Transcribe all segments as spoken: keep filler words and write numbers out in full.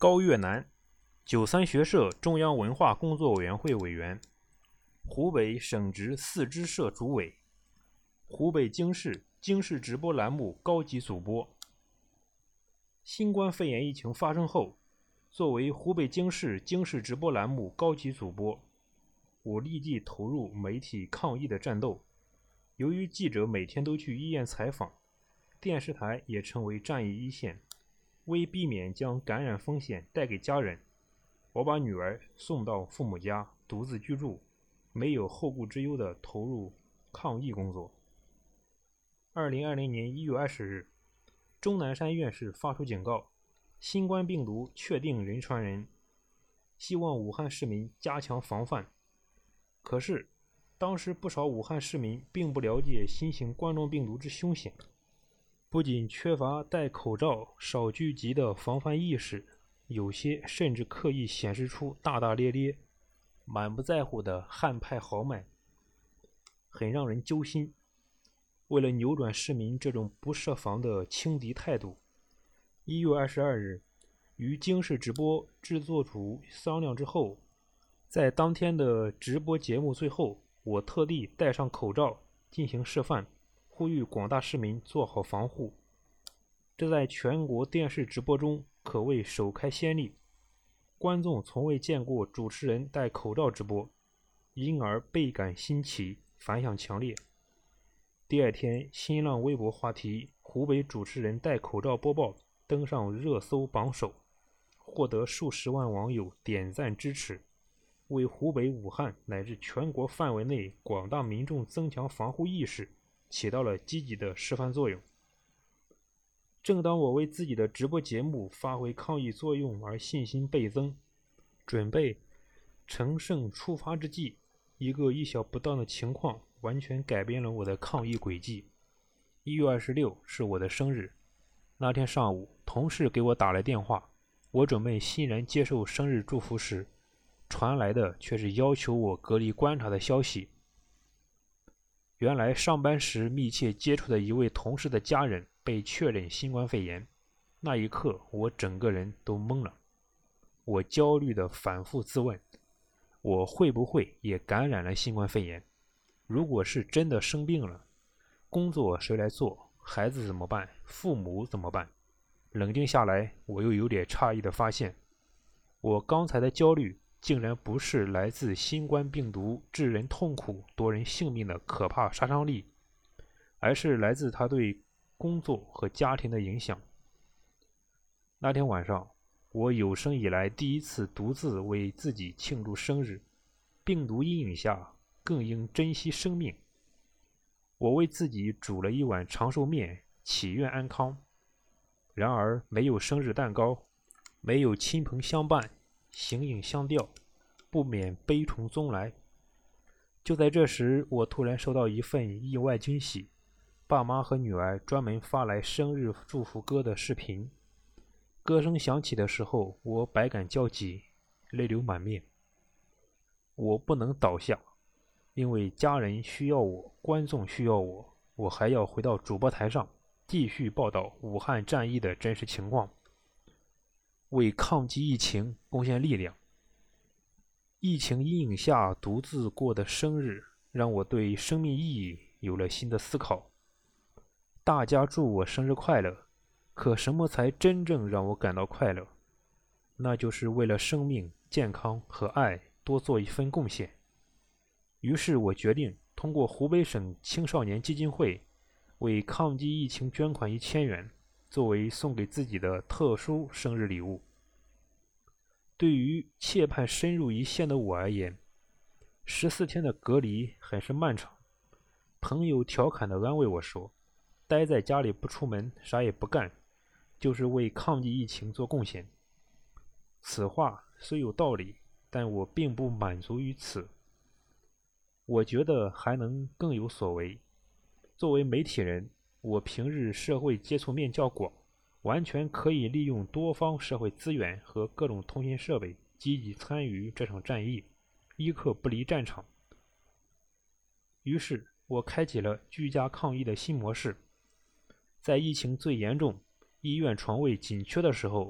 高岳南，九三学社中央文化工作委员会委员，湖北省直四支社主委，湖北经视经视直播栏目高级主播。新冠肺炎疫情发生后，作为湖北经视经视直播栏目高级主播，我立即投入媒体抗疫的战斗。由于记者每天都去医院采访，电视台也成为战役一线。为避免将感染风险带给家人，我把女儿送到父母家独自居住，没有后顾之忧地投入抗疫工作。二零二零年一月二十日，钟南山院士发出警告，新冠病毒确定人传人，希望武汉市民加强防范。可是，当时不少武汉市民并不了解新型冠状病毒之凶险，不仅缺乏戴口罩、少聚集的防范意识，有些甚至刻意显示出大大咧咧、满不在乎的汉派豪迈，很让人揪心。为了扭转市民这种不设防的轻敌态度，一月二十二日，与经视直播制作组商量之后，在当天的直播节目最后，我特地戴上口罩进行示范，呼吁广大市民做好防护。这在全国电视直播中可谓首开先例，观众从未见过主持人戴口罩直播，因而倍感新奇，反响强烈。第二天，新浪微博话题“湖北主持人戴口罩播报”登上热搜榜首，获得数十万网友点赞支持，为湖北武汉乃至全国范围内广大民众增强防护意识起到了积极的示范作用。正当我为自己的直播节目发挥抗疫作用而信心倍增，准备乘胜出发之际，一个意想不到的情况完全改变了我的抗疫轨迹。一月二十六是我的生日，那天上午，同事给我打来电话，我准备欣然接受生日祝福时，传来的却是要求我隔离观察的消息。原来上班时密切接触的一位同事的家人被确诊新冠肺炎，那一刻我整个人都懵了。我焦虑地反复自问，我会不会也感染了新冠肺炎？如果是真的生病了，工作谁来做？孩子怎么办？父母怎么办？冷静下来，我又有点诧异地发现，我刚才的焦虑竟然不是来自新冠病毒致人痛苦、夺人性命的可怕杀伤力，而是来自它对工作和家庭的影响。那天晚上，我有生以来第一次独自为自己庆祝生日，病毒阴影下更应珍惜生命。我为自己煮了一碗长寿面，祈愿安康。然而没有生日蛋糕，没有亲朋相伴，形影相吊，不免悲从中来。就在这时，我突然收到一份意外惊喜，爸妈和女儿专门发来生日祝福歌的视频。歌声响起的时候，我百感交集，泪流满面。我不能倒下，因为家人需要我，观众需要我，我还要回到主播台上，继续报道武汉战役的真实情况，为抗击疫情贡献力量。疫情阴影下独自过的生日，让我对生命意义有了新的思考。大家祝我生日快乐，可什么才真正让我感到快乐？那就是为了生命、健康和爱多做一份贡献。于是我决定通过湖北省青少年基金会为抗击疫情捐款一千元，作为送给自己的特殊生日礼物。对于切盼深入一线的我而言，十四天的隔离很是漫长。朋友调侃地安慰我说，待在家里不出门，啥也不干，就是为抗击疫情做贡献。此话虽有道理，但我并不满足于此。我觉得还能更有所为。作为媒体人，我平日社会接触面较广，完全可以利用多方社会资源和各种通信设备，积极参与这场战役，一刻不离战场。于是我开启了居家抗疫的新模式。在疫情最严重、医院床位紧缺的时候，多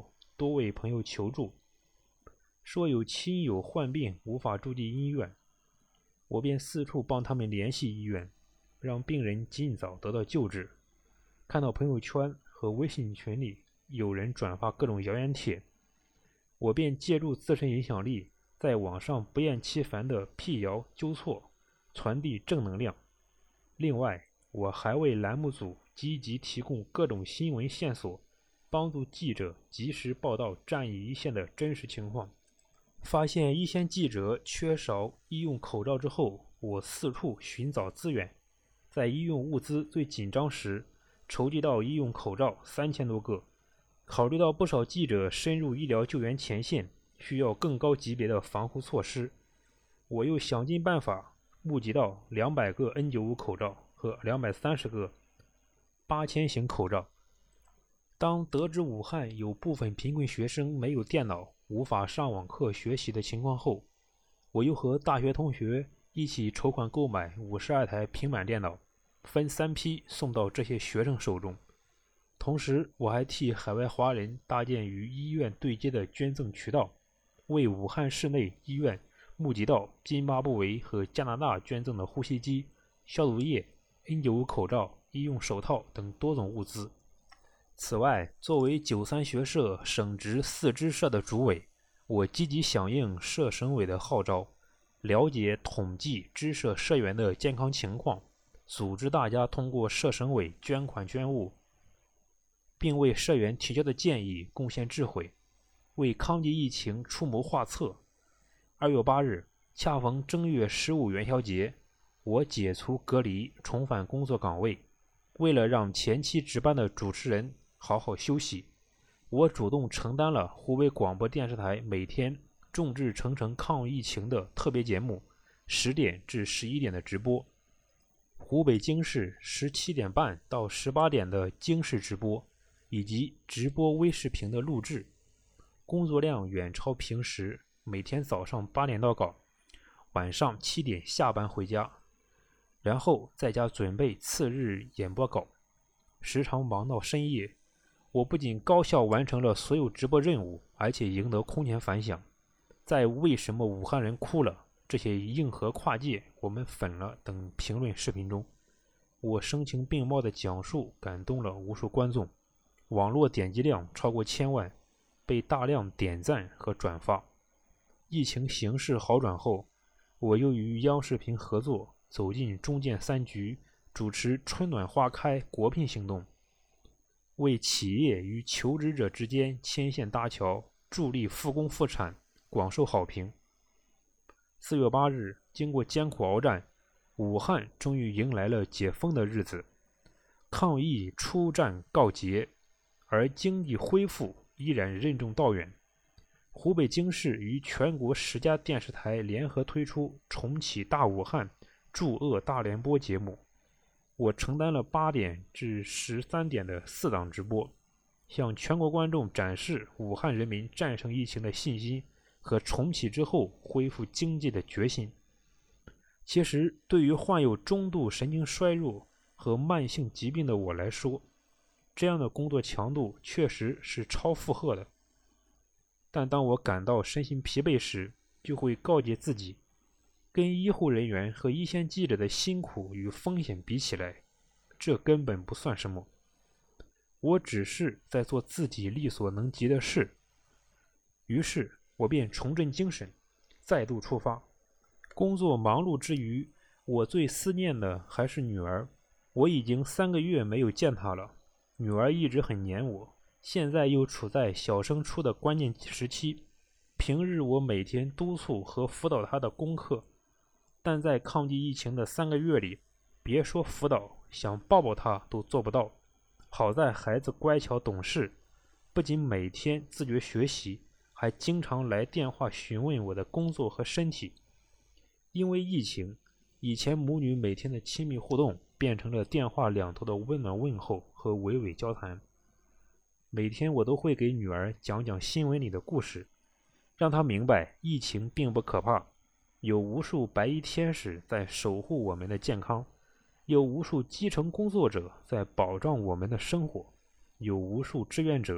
多位朋友求助，说有亲友患病无法住进医院，我便四处帮他们联系医院，让病人尽早得到救治。看到朋友圈和微信群里有人转发各种谣言帖，我便借助自身影响力，在网上不厌其烦地辟谣纠错，传递正能量。另外，我还为栏目组积极提供各种新闻线索，帮助记者及时报道战役一线的真实情况。发现一线记者缺少医用口罩之后，我四处寻找资源，在医用物资最紧张时，筹集到医用口罩三千多个。考虑到不少记者深入医疗救援前线，需要更高级别的防护措施，我又想尽办法募集到两百个 N 九十五 口罩和两百三十个八千型口罩。当得知武汉有部分贫困学生没有电脑，无法上网课学习的情况后，我又和大学同学一起筹款购买五十二台平板电脑，分三批送到这些学生手中。同时，我还替海外华人搭建与医院对接的捐赠渠道，为武汉市内医院募集到津巴布韦和加拿大捐赠的呼吸机、消毒液、N 九十五 口罩、医用手套等多种物资。此外，作为九三学社省直四支社的主委，我积极响应社省委的号召，了解统计支社社员的健康情况，组织大家通过社省委捐款捐物，并为社员提交的建议贡献智慧，为抗击疫情出谋划策。二月八日，恰逢正月十五元宵节，我解除隔离，重返工作岗位。为了让前期值班的主持人好好休息，我主动承担了湖北广播电视台每天众志成城抗疫情的特别节目十点至十一点的直播，湖北经视十七点半到十八点的经视直播，以及直播微视频的录制。工作量远超平时，每天早上八点到岗，晚上七点下班回家，然后在家准备次日演播稿，时常忙到深夜。我不仅高效完成了所有直播任务，而且赢得空前反响。在为什么武汉人哭了，这些硬核跨界我们粉了等评论视频中，我声情并茂的讲述感动了无数观众，网络点击量超过千万，被大量点赞和转发。疫情形势好转后，我又与央视频合作，走进中建三局，主持春暖花开国聘行动，为企业与求职者之间牵线搭桥，助力复工复产，广受好评。四月八日，经过艰苦鏖战，武汉终于迎来了解封的日子，抗疫初战告捷，而经济恢复依然任重道远。湖北经视与全国十家电视台联合推出重启大武汉驻鄂大联播节目，我承担了八点至十三点的四档直播，向全国观众展示武汉人民战胜疫情的信心和重启之后恢复经济的决心。其实，对于患有中度神经衰弱和慢性疾病的我来说，这样的工作强度确实是超负荷的。但当我感到身心疲惫时，就会告诫自己，跟医护人员和一线记者的辛苦与风险比起来，这根本不算什么。我只是在做自己力所能及的事。于是我便重振精神，再度出发。工作忙碌之余，我最思念的还是女儿。我已经三个月没有见她了，女儿一直很黏我，现在又处在小升初的关键时期。平日我每天督促和辅导她的功课，但在抗击疫情的三个月里，别说辅导，想抱抱她都做不到。好在孩子乖巧懂事，不仅每天自觉学习，还经常来电话询问我的工作和身体。因为疫情，以前母女每天的亲密互动变成了电话两头的温暖问候和娓娓交谈。每天我都会给女儿讲讲新闻里的故事，让她明白疫情并不可怕，有无数白衣天使在守护我们的健康，有无数基层工作者在保障我们的生活，有无数志愿者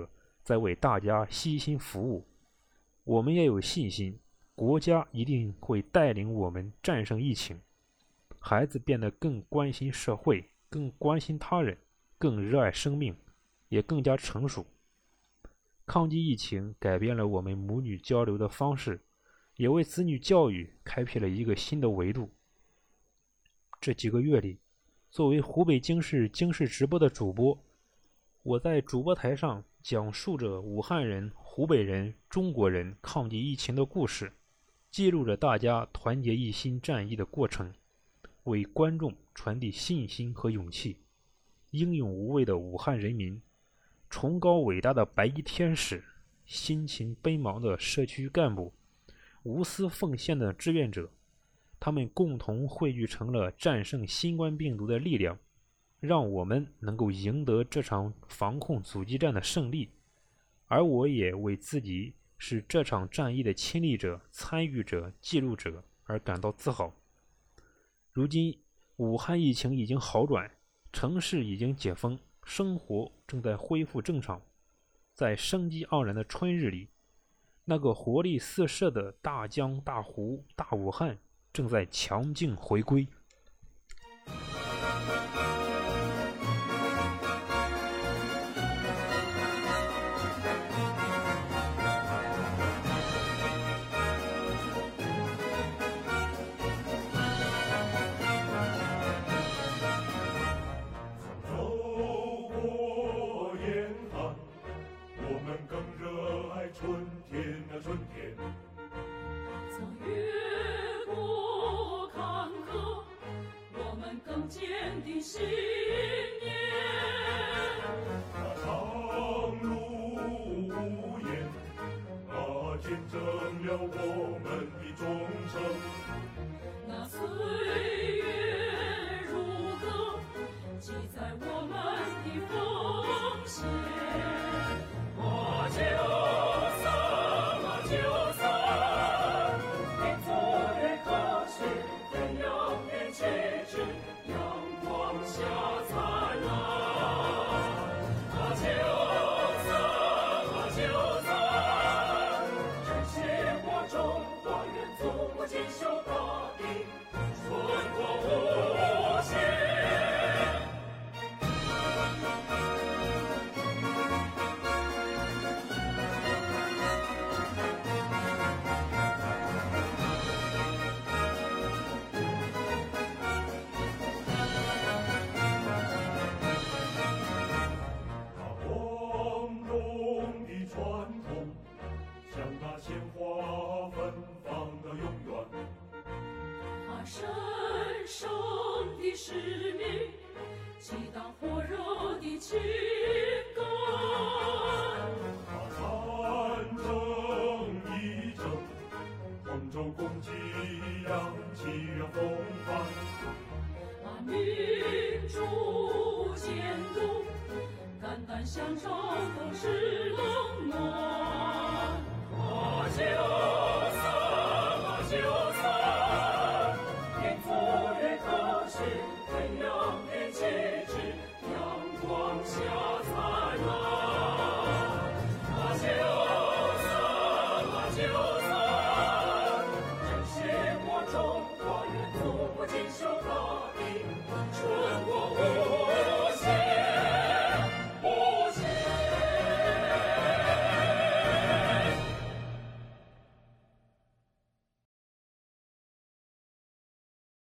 在为大家悉心服务。我们也有信心，国家一定会带领我们战胜疫情。孩子变得更关心社会，更关心他人，更热爱生命，也更加成熟。抗击疫情改变了我们母女交流的方式，也为子女教育开辟了一个新的维度。这几个月里，作为湖北经视经视直播的主播，我在主播台上讲述着武汉人、湖北人、中国人抗击疫情的故事，记录着大家团结一心战役的过程，为观众传递信心和勇气。英勇无畏的武汉人民，崇高伟大的白衣天使，辛勤奔忙的社区干部，无私奉献的志愿者，他们共同汇聚成了战胜新冠病毒的力量，让我们能够赢得这场防控阻击战的胜利。而我也为自己是这场战役的亲历者、参与者、记录者而感到自豪。如今，武汉疫情已经好转，城市已经解封，生活正在恢复正常。在生机盎然的春日里，那个活力四射的大江大湖大武汉正在强劲回归。 神圣的使命，激荡火热的情感。 他参政议政，杭州公鸡扬起了风帆。 把民主监督，肝胆相照。